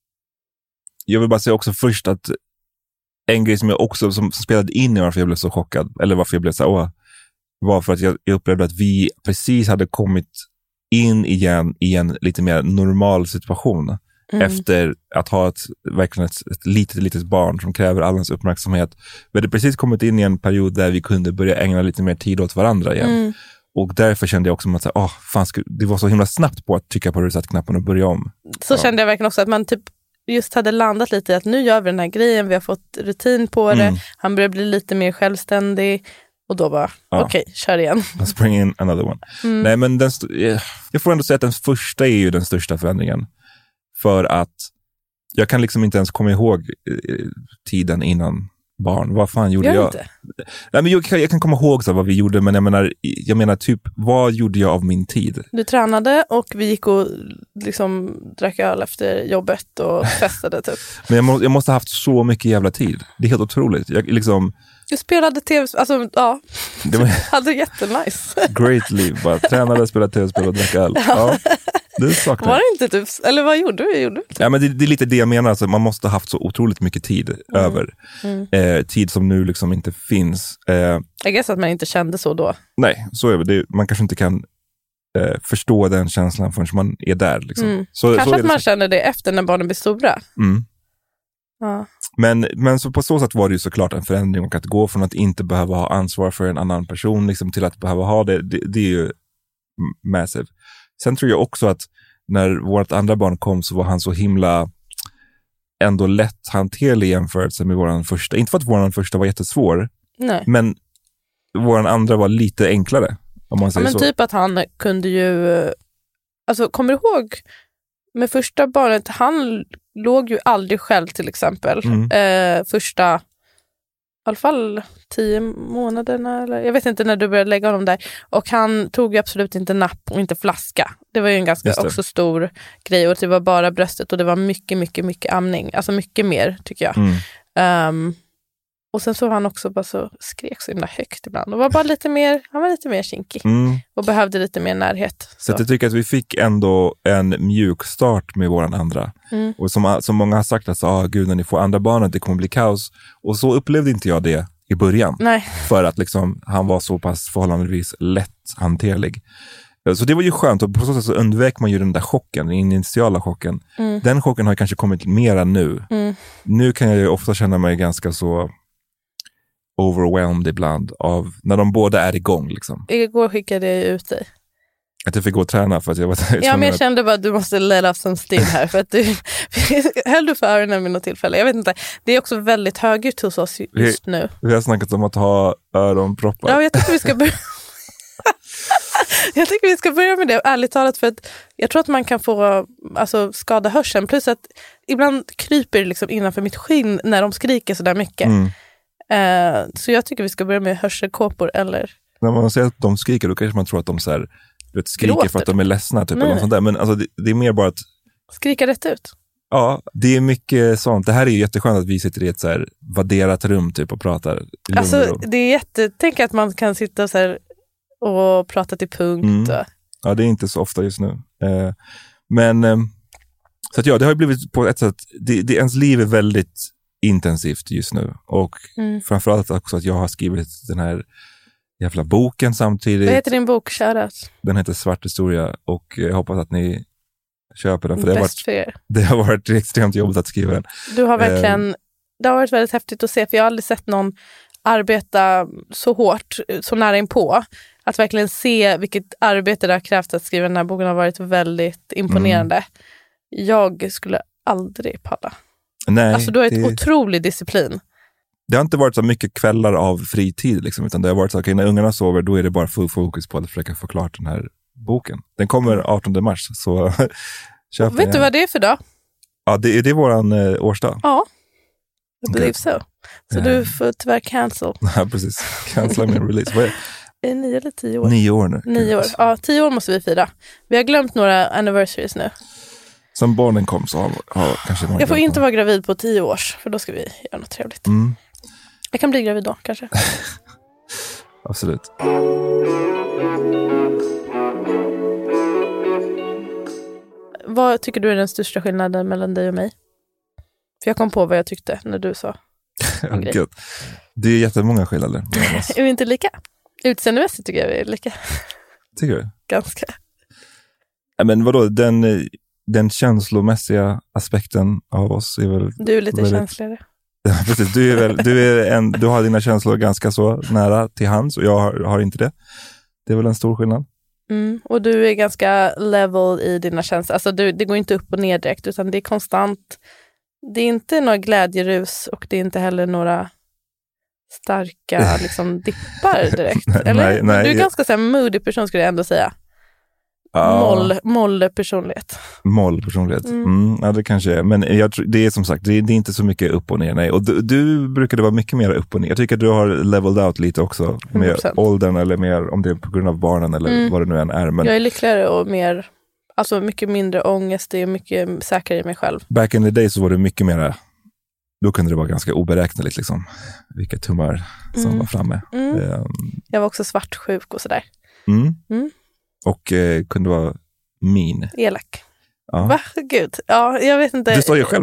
Jag vill bara säga också först att en grej som jag också som spelade in i varför jag blev så chockad, eller varför jag blev så var för att jag upplevde att vi precis hade kommit in igen i en lite mer normal situation efter att ha verkligen ett litet barn som kräver allans uppmärksamhet. Vi hade precis kommit in i en period där vi kunde börja ägna lite mer tid åt varandra igen. Och därför kände jag också att det var så himla snabbt på att trycka på reset-knappen och börja om. Så kände jag verkligen också att man typ just hade landat lite i att nu gör vi den här grejen, vi har fått rutin på det, han börjar bli lite mer självständig. Och då bara, okej, kör igen. Spring in another one. Nej, men jag får ändå säga att den första är ju den största förändringen. För att jag kan liksom inte ens komma ihåg tiden innan barn. Vad fan gjorde jag? Inte. Nej, men jag kan komma ihåg så vad vi gjorde, men jag menar typ, vad gjorde jag av min tid? Du tränade och vi gick och liksom drack öl efter jobbet och festade typ. Men jag måste ha haft så mycket jävla tid. Det är helt otroligt. Du spelade tv, alltså ja. Det var hade jättenice. Great liv, bara tränade, spelade tv-spel och drack öl. Ja. Det saknar. Var det inte typ, eller vad gjorde du? Ja, men det är lite det jag menar, alltså, man måste ha haft så otroligt mycket tid över. Tid som nu liksom inte finns. Jag guess att man inte kände så då. Nej, så är det. Man kanske inte kan förstå den känslan förrän man är där. Liksom. Kanske att man känner det efter när barnen blir stora. Ja. Men så på så sätt var det ju såklart en förändring, och att gå från att inte behöva ha ansvar för en annan person liksom, till att behöva ha det är ju massive. Sen tror jag också att när vårt andra barn kom så var han så himla ändå lätt hanterlig i jämförelse med våran första. Inte för att våran första var jättesvår. Nej. Men våran andra var lite enklare, om man säger så. Men typ att han kunde ju, alltså kommer du ihåg med första barnet, han låg ju aldrig själv till exempel. alla fall 10 månaderna. Eller, jag vet inte när du började lägga honom där. Och han tog ju absolut inte napp och inte flaska. Det var ju en ganska också stor grej. Och det var bara bröstet och det var mycket, mycket, mycket amning. Alltså mycket mer tycker jag. Och sen så var han också bara så skrek så himla högt ibland. Och var bara han var lite mer kinkig. Och behövde lite mer närhet. Så jag tycker att vi fick ändå en mjuk start med våran andra. Och som många har sagt att gud, när ni får andra barnet, det kommer bli kaos. Och så upplevde inte jag det i början. Nej. För att liksom, han var så pass förhållandevis lätt hanterlig. Så det var ju skönt, och på så sätt så undvek man ju den där chocken, den initiala chocken. Den chocken har kanske kommit mera nu. Nu kan jag ju ofta känna mig ganska så overwhelmed ibland av när de båda är igång liksom. Igår skickade jag ut dig. Att jag fick gå och träna för att jag var... Ja, men jag kände bara att du måste let off some steam här för att du höll du för öronen vid något tillfälle. Jag vet inte. Det är också väldigt högt hos oss just nu. Vi har snackat om att ha öronproppar. Ja, jag tycker vi ska börja. Jag tycker vi ska börja med det, ärligt talat, för att jag tror att man kan få skada hörseln. Plus att ibland kryper det liksom innanför mitt skinn när de skriker så där mycket. Så jag tycker vi ska börja med hörselkåpor eller... När man säger att de skriker, då kanske man tror att de så här, skriker gråter för att de är ledsna typ, eller något sånt där. Men alltså, det är mer bara att... Skrika rätt ut. Ja, det är mycket sånt. Det här är ju jätteskönt att vi sitter i ett så här vadderat rum typ och pratar. Alltså det är tänk att man kan sitta så här och prata till punkt. Ja, det är inte så ofta just nu. Men så att det har blivit på ett sätt, ens liv är väldigt intensivt just nu. Och framförallt också att jag har skrivit den här jävla boken samtidigt. Vad heter din bok, Shoutout? Den heter Svart historia, och jag hoppas att ni köper den. För det har varit extremt jobbigt att skriva den. Du har verkligen, det har varit väldigt häftigt att se, för jag har aldrig sett någon arbeta så hårt, så nära inpå. Att verkligen se vilket arbete det har krävt att skriva den här boken har varit väldigt imponerande. Jag skulle aldrig palla. Nej, alltså du har ett otrolig disciplin. Det har inte varit så mycket kvällar av fritid liksom, utan det har varit så att när ungarna sover, då är det bara full fokus på att försöka få klart den här boken. Den kommer 18 mars, så köp den. Vet du vad det är för dag? Ja, det är våran årsdag. Ja, jag believe so. Så du får tyvärr cancel. Ja, precis. Cancel min release. Vad är det? 9 eller 10 år? 9 år nu. 9 år. Ja, 10 år måste vi fira. Vi har glömt några anniversaries nu. Som barnen kom så har kanske några. Jag får inte vara gravid på 10 års, för då ska vi göra något trevligt. Jag kan bli gravid då, kanske. Absolut. Vad tycker du är den största skillnaden mellan dig och mig? För jag kom på vad jag tyckte när du sa en grej. Det är jättemånga skillnader. Är vi inte lika? Utseendemässigt tycker jag vi är lika. Tycker du? Ganska. Ja, men vadå, den känslomässiga aspekten av oss är väl... Du är lite känsligare. Ja, precis. Du har dina känslor ganska så nära till hands, och jag har inte det. Det är väl en stor skillnad. Och du är ganska level i dina känslor. Alltså det går inte upp och ner direkt, utan det är konstant. Det är inte några glädjerus och det är inte heller några starka liksom dippar direkt. Eller? Nej, du är ganska så här moody person, skulle jag ändå säga. Moll-personlighet. Moll-personlighet. Ja, det kanske är. Men jag tror, det är som sagt, det är inte så mycket upp och ner. Nej. Och du brukade vara mycket mer upp och ner. Jag tycker att du har leveled out lite också. Med 100%. Åldern, eller mer om det är på grund av barnen eller vad det nu än är. Men... Jag är lyckligare och mer, alltså mycket mindre ångest. Det är mycket säkrare i mig själv. Back in the day så var det mycket mer, då kunde det vara ganska oberäkneligt liksom. Vilket humör som var framme. Jag var också svartsjuk och sådär. Och kunde vara min. Elak. Ja. Va? Gud. Ja, jag vet inte. Du sa ju själv.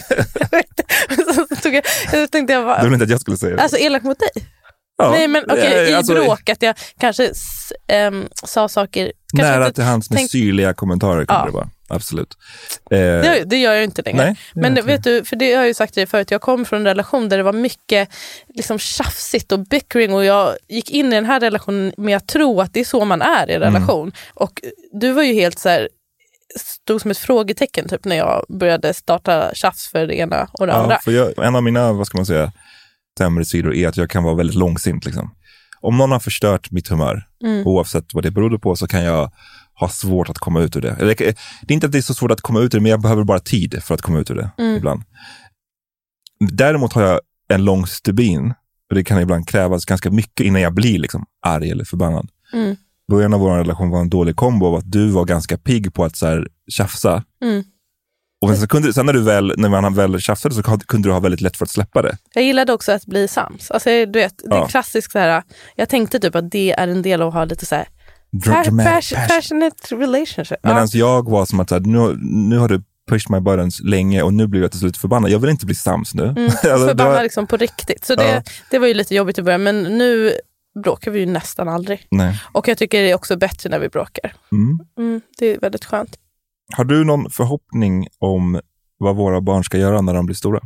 Jag tänkte jag bara... Du vill inte att jag skulle säga det. Alltså elak mot dig? Ja. Nej, men okej, i bråk att jag kanske sa saker... Nära till hands med syrliga kommentarer kan det vara. Absolut. Det gör jag inte längre. Nej, men vet du, för det har jag ju sagt till dig förut, jag kom från en relation där det var mycket liksom tjafsigt och bickering, och jag gick in i den här relationen med att tro att det är så man är i en relation. Och du var ju helt så här, stod som ett frågetecken typ när jag började starta tjafs för det ena och det andra. För en av mina, vad ska man säga, sämre sidor är att jag kan vara väldigt långsint liksom. Om någon har förstört mitt humör, oavsett vad det berodde på, så kan jag ha svårt att komma ut ur det. Det är inte att det är så svårt att komma ut ur det, men jag behöver bara tid för att komma ut ur det ibland. Däremot har jag en lång stubin Och det kan ibland krävas ganska mycket innan jag blir liksom arg eller förbannad. Början av vår relation var en dålig kombo av att du var ganska pigg på att så här tjafsa. Och sen när man väl tjafsade så kunde du ha väldigt lätt för att släppa det. Jag gillade också att bli sams. Alltså du vet, det är klassiskt så här. Jag tänkte typ att det är en del av att ha lite så här passionate relationship. Medan jag var som att så här, nu har du pushed my buttons länge och nu blir jag till slut förbannad. Jag vill inte bli sams nu. Förbannad liksom på riktigt. Så det var ju lite jobbigt i början, men nu bråkar vi ju nästan aldrig. Nej. Och jag tycker det är också bättre när vi bråkar. Det är väldigt skönt. Har du någon förhoppning om vad våra barn ska göra när de blir stora?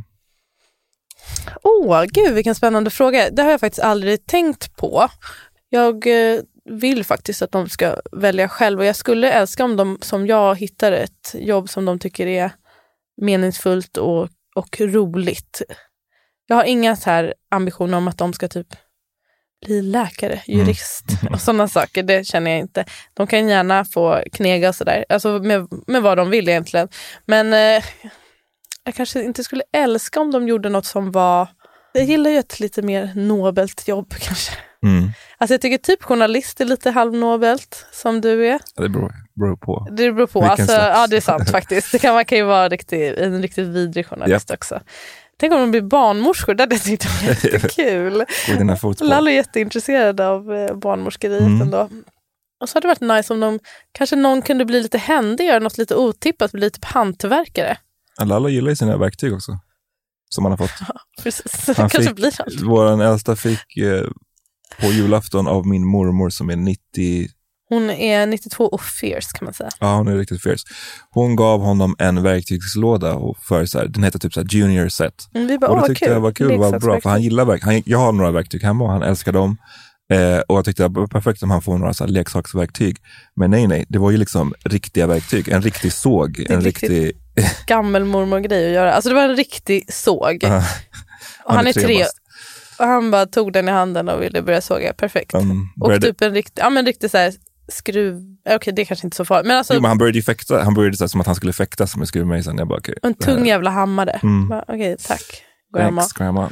Gud vilken spännande fråga. Det har jag faktiskt aldrig tänkt på. Jag vill faktiskt att de ska välja själv. Och jag skulle älska om de som jag hittar ett jobb som de tycker är meningsfullt och roligt. Jag har inga så här ambitioner om att de ska typ bli läkare, jurist och sådana saker. Det känner jag inte. De kan gärna få knega och sådär. Alltså med vad de vill egentligen. Men jag kanske inte skulle älska om de gjorde något som var... Jag gillar ju ett lite mer nobelt jobb kanske. Alltså jag tycker typ journalist är lite halvnobelt som du är. Ja, det beror på. Det beror på. Alltså, ja, det är sant faktiskt. Man kan ju vara en riktigt vidrig journalist också. Tänk om de blir barnmorskor, det tyckte jag var jättekul. Lalla är jätteintresserad av barnmorskeriet ändå. Och så hade det varit nice om kanske någon kunde bli lite händig, göra något lite otippat, bli lite hantverkare. Lalla gillar ju sina verktyg också. Som han har fått. Ja, precis. Han kanske blir allt. Våran äldsta fick på julafton av min mormor som är 90... Hon är 92 och fierce kan man säga. Ja, hon är riktigt fierce. Hon gav honom en verktygslåda och för så här, den heter typ så här junior set. Vi bara, och det tyckte jag var kul, var bra. För han gillar verktyg. Jag har några verktyg hemma och han älskar dem. Och jag tyckte det var perfekt om han får några så här leksaksverktyg. Men nej, det var ju liksom riktiga verktyg. En riktig såg. En riktig... gammelmormor-grej att göra. Alltså det var en riktig såg. Och han är 3. Och han bara tog den i handen och ville börja såga. Perfekt. Och typ en riktig så här skruv. Okej, det är kanske inte så farligt. Men alltså... men han började ju fäkta. Han började så här, som att han skulle fäktas med skruvmejseln. Jag bara, okej. En tung jävla hammare. Okej, tack. Thanks, grandma.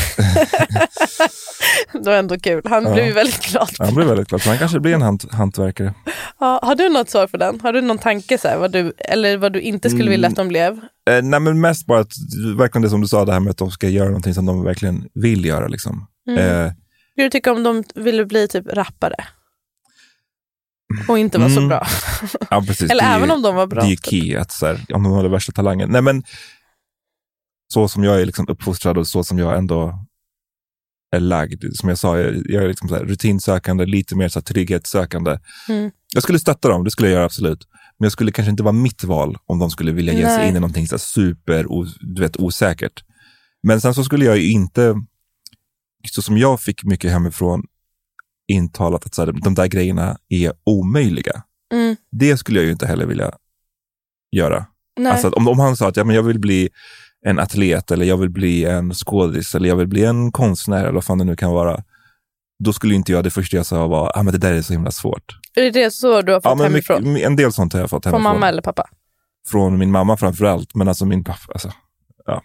Det var ändå kul. Han blev ju väldigt glad. Han blev väldigt glad. Så han kanske blir en hantverkare. Ja, har du något svar för den? Har du någon tanke så här, vad du inte skulle vilja att de blev? Nej, men mest bara att verkligen det som du sa, det här med att de ska göra någonting som de verkligen vill göra liksom. Hur du tycker om de ville bli typ rappare? Och inte vara så bra. Ja, precis. Eller även om de var bra. Det är ju key att så här, om de har den värsta talangen. Nej, men så som jag är liksom uppfostrad och så som jag ändå är lagd. Som jag sa, jag är liksom så här rutinsökande, lite mer så här trygghetssökande. Jag skulle stötta dem, det skulle jag göra absolut. Men jag skulle kanske inte vara mitt val om de skulle vilja ge sig in i någonting så här super, osäkert. Men sen så skulle jag ju inte, så som jag fick mycket hemifrån intalat att så här, de där grejerna är omöjliga. Det skulle jag ju inte heller vilja göra. Alltså att om han sa att men jag vill bli en atlet eller jag vill bli en skådis eller jag vill bli en konstnär eller vad fan det nu kan vara, då skulle inte jag, det första jag sa var men det där är så himla svårt. Är det så du har fått hemifrån? En del sånt har jag fått hemifrån. Från mamma eller pappa? Från min mamma framförallt, men alltså min pappa, alltså, ja.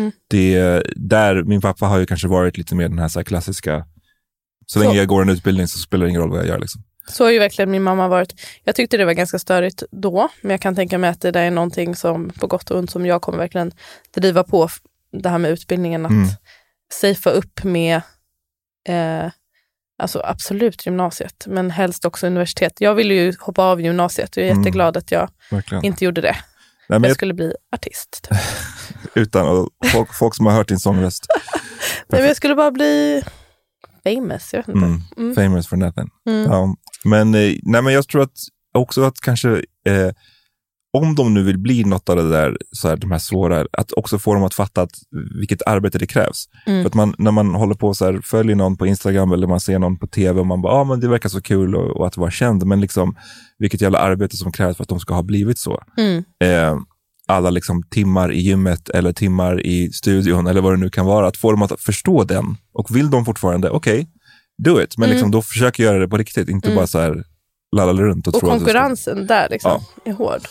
Min pappa har ju kanske varit lite mer den här klassiska, så länge jag går en utbildning så spelar det ingen roll vad jag gör liksom. Så har ju verkligen min mamma varit. Jag tyckte det var ganska störigt då, men jag kan tänka mig att det där är någonting som på gott och ont som jag kommer verkligen driva på det här med utbildningen, att safea upp med alltså absolut gymnasiet, men helst också universitet. Jag ville ju hoppa av gymnasiet och jag är jätteglad att jag inte gjorde det. Nej, men jag skulle bli artist. Typ. Utan folk som har hört din sångröst. Nej, men jag skulle bara bli famous, jag vet inte. Famous for nothing. Ja. Men jag tror att också att kanske om de nu vill bli något av det där, så här, de här svåra, att också få dem att fatta att vilket arbete det krävs. För att när man håller på så här, följer någon på Instagram eller man ser någon på tv och man bara, men det verkar så kul och att vara känd, men liksom vilket jävla arbete som krävs för att de ska ha blivit så. Alla liksom timmar i gymmet eller timmar i studion eller vad det nu kan vara, att få dem att förstå den, och vill de fortfarande, okej, do it, men liksom då försöker göra det på riktigt, inte bara så här lalla runt och tro att konkurrensen där liksom är hård.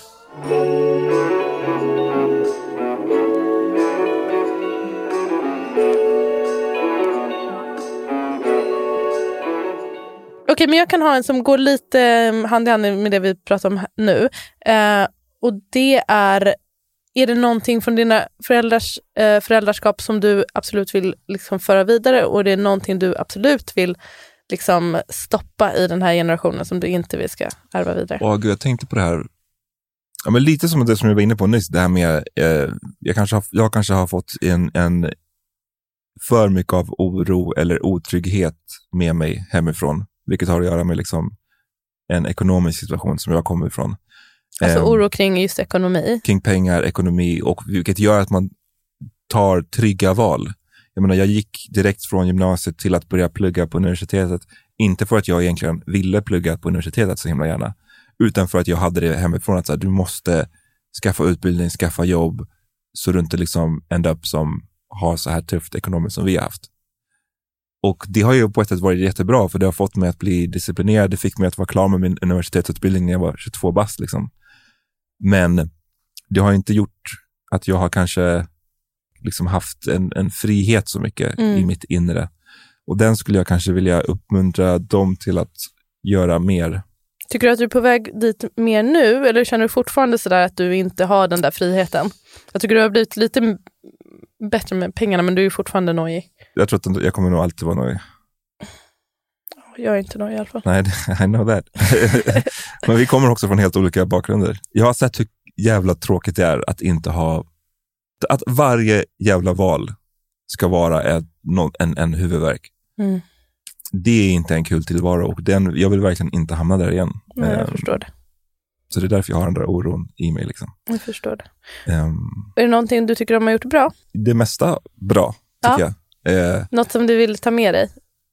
Okej, men jag kan ha en som går lite hand i hand med det vi pratar om nu. Och det är det någonting från dina föräldraskap som du absolut vill liksom föra vidare, och det är någonting du absolut vill liksom stoppa i den här generationen som du inte vill ska ärva vidare? Gud, jag tänkte på det här. Ja, men lite som det som jag var inne på nyss, det här med jag kanske har fått en för mycket av oro eller otrygghet med mig hemifrån, vilket har att göra med liksom en ekonomisk situation som jag kommer ifrån. Alltså oro kring just ekonomi. Kring pengar, ekonomi, och vilket gör att man tar trygga val. Jag menar, jag gick direkt från gymnasiet till att börja plugga på universitetet, inte för att jag egentligen ville plugga på universitetet så himla gärna, utan för att jag hade det hemifrån att så här, du måste skaffa utbildning, skaffa jobb, så du inte liksom ändrar upp som har så här tufft ekonomiskt som vi har haft. Och det har ju på ett sätt varit jättebra, för det har fått mig att bli disciplinerad. Det fick mig att vara klar med min universitetsutbildning när jag var 22 bast liksom. Men det har inte gjort att jag har kanske liksom haft en frihet så mycket i mitt inre. Och den skulle jag kanske vilja uppmuntra dem till att göra mer. Tycker du att du är på väg dit mer nu, eller känner du fortfarande sådär att du inte har den där friheten? Jag tycker du har blivit lite bättre med pengarna, men du är fortfarande nojig. Jag tror att jag kommer nog alltid vara nojig. Jag är inte nojig i alla fall. Nej, I know that. Men vi kommer också från helt olika bakgrunder. Jag har sett hur jävla tråkigt det är att inte ha... Att varje jävla val ska vara en huvudvärk. Mm. Det är inte en kul tillvaro, och jag vill verkligen inte hamna där igen. Nej, jag förstår det. Så det är därför jag har den där oron i mig. Liksom. Jag förstår det. Är det någonting du tycker de har gjort bra? Det mesta bra, tycker jag. Något som du vill ta med dig?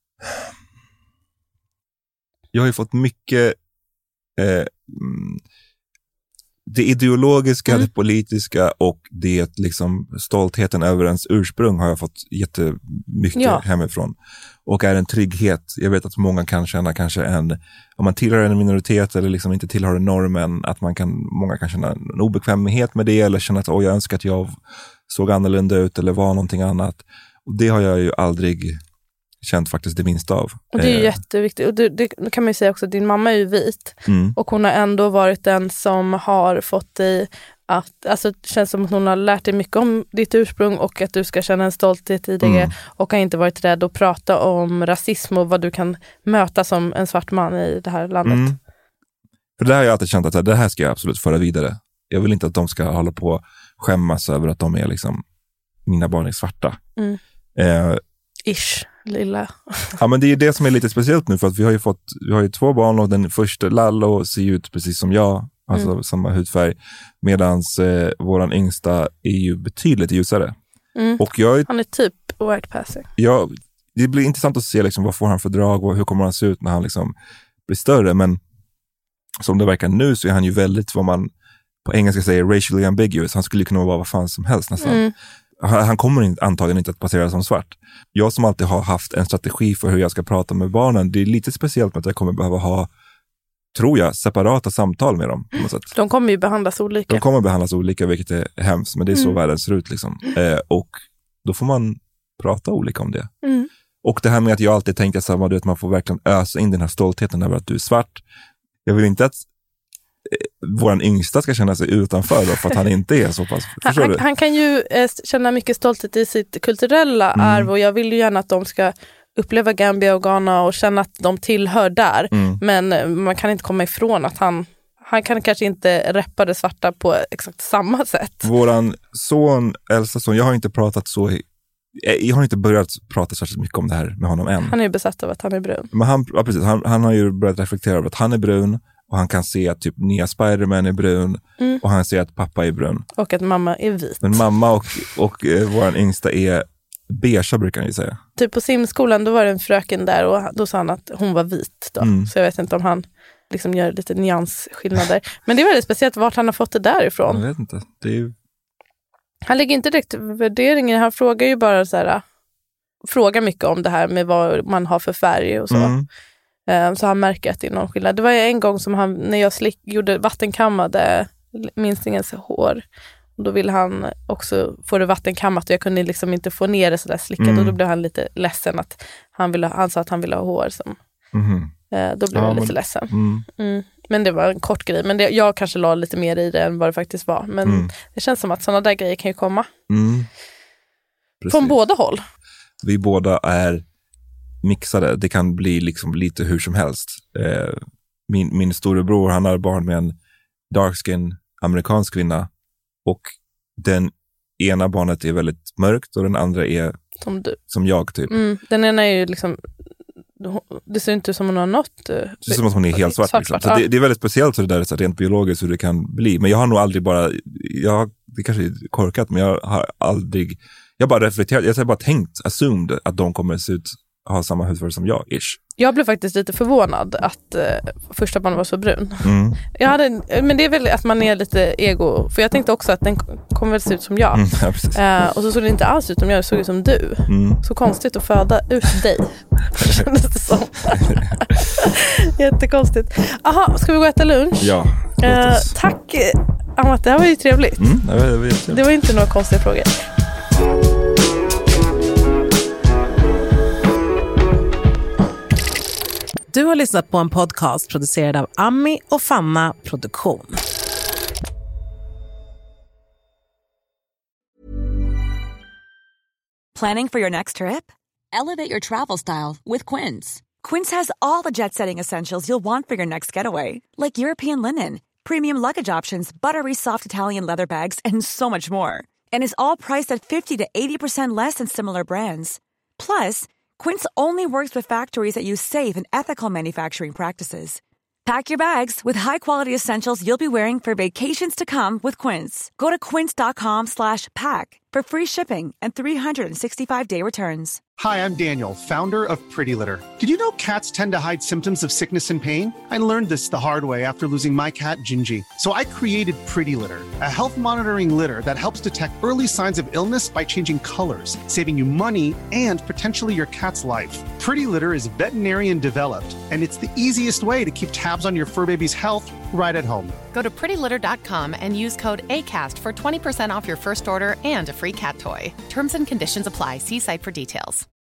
Jag har ju fått mycket... det ideologiska, det politiska och det liksom stoltheten över ens ursprung har jag fått jättemycket hemifrån. Och är en trygghet. Jag vet att många kan känna kanske om man tillhör en minoritet eller liksom inte tillhör normen, att många kan känna en obekvämhet med det, eller känna att jag önskar att jag såg annorlunda ut eller var någonting annat. Och det har jag ju aldrig känt faktiskt det minsta av. Och det är jätteviktigt. Och det kan man ju säga också, din mamma är ju vit. Och hon har ändå varit den som har fått dig att, alltså det känns som att hon har lärt dig mycket om ditt ursprung, och att du ska känna en stolthet i det, och har inte varit rädd att prata om rasism och vad du kan möta som en svart man i det här landet. För det här har jag alltid känt att det här ska jag absolut föra vidare. Jag vill inte att de ska hålla på och skämmas över att de är liksom, mina barn är svarta. Lilla. Ja, men det är ju det som är lite speciellt nu, för att vi har ju 2 barn, och den första Lallo ser ut precis som jag, alltså samma hudfärg, medans våran yngsta är ju betydligt ljusare. Och han är typ white passing. Ja, det blir intressant att se liksom, vad får han för drag och hur kommer han se ut när han liksom blir större, men som det verkar nu så är han ju väldigt, vad man på engelska säger, racially ambiguous. Han skulle kunna vara vad fan som helst nästan. Han kommer antagligen inte att passera som svart. Jag som alltid har haft en strategi för hur jag ska prata med barnen, det är lite speciellt med att jag kommer behöva ha, tror jag, separata samtal med dem på något sätt. De kommer ju behandlas olika. De kommer behandlas olika, vilket är hemskt, men det är så världen ser ut liksom. Och då får man prata olika om det. Och det här med att jag alltid tänker samma, du vet, man får verkligen ösa in den här stoltheten över att du är svart. Jag vill inte att våran yngsta ska känna sig utanför då, för att han inte är så pass. Han kan ju känna mycket stolthet i sitt kulturella arv, och jag vill ju gärna att de ska uppleva Gambia och Ghana och känna att de tillhör där. Men man kan inte komma ifrån att han kan kanske inte reppa det svarta på exakt samma sätt. Våran äldsta son, jag har inte börjat prata särskilt mycket om det här med honom än. Han är ju besatt av att han är brun. Men han har ju börjat reflektera över att han är brun. Och han kan se att typ nya Spider-Man är brun. Och han ser att pappa är brun. Och att mamma är vit. Men mamma och våran yngsta är beige, brukar han ju säga. Typ på simskolan, då var det en fröken där, och då sa han att hon var vit då. Så jag vet inte om han liksom gör lite nyansskillnader. Men det är väldigt speciellt vart han har fått det därifrån. Jag vet inte. Det är ju... Han lägger inte direkt värderingen. Han frågar ju bara så här, frågar mycket om det här med vad man har för färg och så. Så han märker att det är någon skillnad. Det var en gång som han, när jag gjorde vattenkammade minstingens hår, och då ville han också få det vattenkammat, och jag kunde liksom inte få ner det så där slickat, och då blev han lite ledsen att han sa att han ville ha hår som Då blev jag lite ledsen. Men det var en kort grej. Men jag kanske la lite mer i det än vad det faktiskt var. Men det känns som att sådana där grejer kan ju komma. Från båda håll. Vi båda är mixade. Det kan bli liksom lite hur som helst. Min storebror, han har barn med en darkskin amerikansk kvinna. Och den ena barnet är väldigt mörkt och den andra är som jag typ. Den ena är ju liksom, det ser inte ut som hon har något. Det ser ut som att hon är helt svart. Liksom. Så det är väldigt speciellt för det där, så rent biologiskt hur det kan bli. Men jag har nog aldrig det kanske är korkat, men jag har aldrig, jag bara reflekterat, jag har bara assumed att de kommer se ut ha samma hudfärg som jag, ish. Jag blev faktiskt lite förvånad att första barnen var så brun. Men det är väl att man är lite ego. För jag tänkte också att den kommer väl se ut som jag. Och så såg det inte alls ut som jag, det såg ut som du. Så konstigt att föda ut dig. Kändes det som. Jättekonstigt. Aha, ska vi gå och äta lunch? Ja. Tack Amat, det här var ju trevligt. Det var inte några konstiga frågor. Du har lyssnat på en podcast producerad av Ami och Fanna Produktion. Planning for your next trip? Elevate your travel style with Quince. Quince has all the jet-setting essentials you'll want for your next getaway, like European linen, premium luggage options, buttery soft Italian leather bags, and so much more. And is all priced at 50 to 80% less than similar brands. Plus, Quince only works with factories that use safe and ethical manufacturing practices. Pack your bags with high-quality essentials you'll be wearing for vacations to come with Quince. Go to quince.com/pack for free shipping and 365-day returns. Hi, I'm Daniel, founder of Pretty Litter. Did you know cats tend to hide symptoms of sickness and pain? I learned this the hard way after losing my cat, Gingy. So I created Pretty Litter, a health monitoring litter that helps detect early signs of illness by changing colors, saving you money and potentially your cat's life. Pretty Litter is veterinarian developed, and it's the easiest way to keep tabs on your fur baby's health right at home. Go to prettylitter.com and use code ACAST for 20% off your first order and a free cat toy. Terms and conditions apply. See site for details.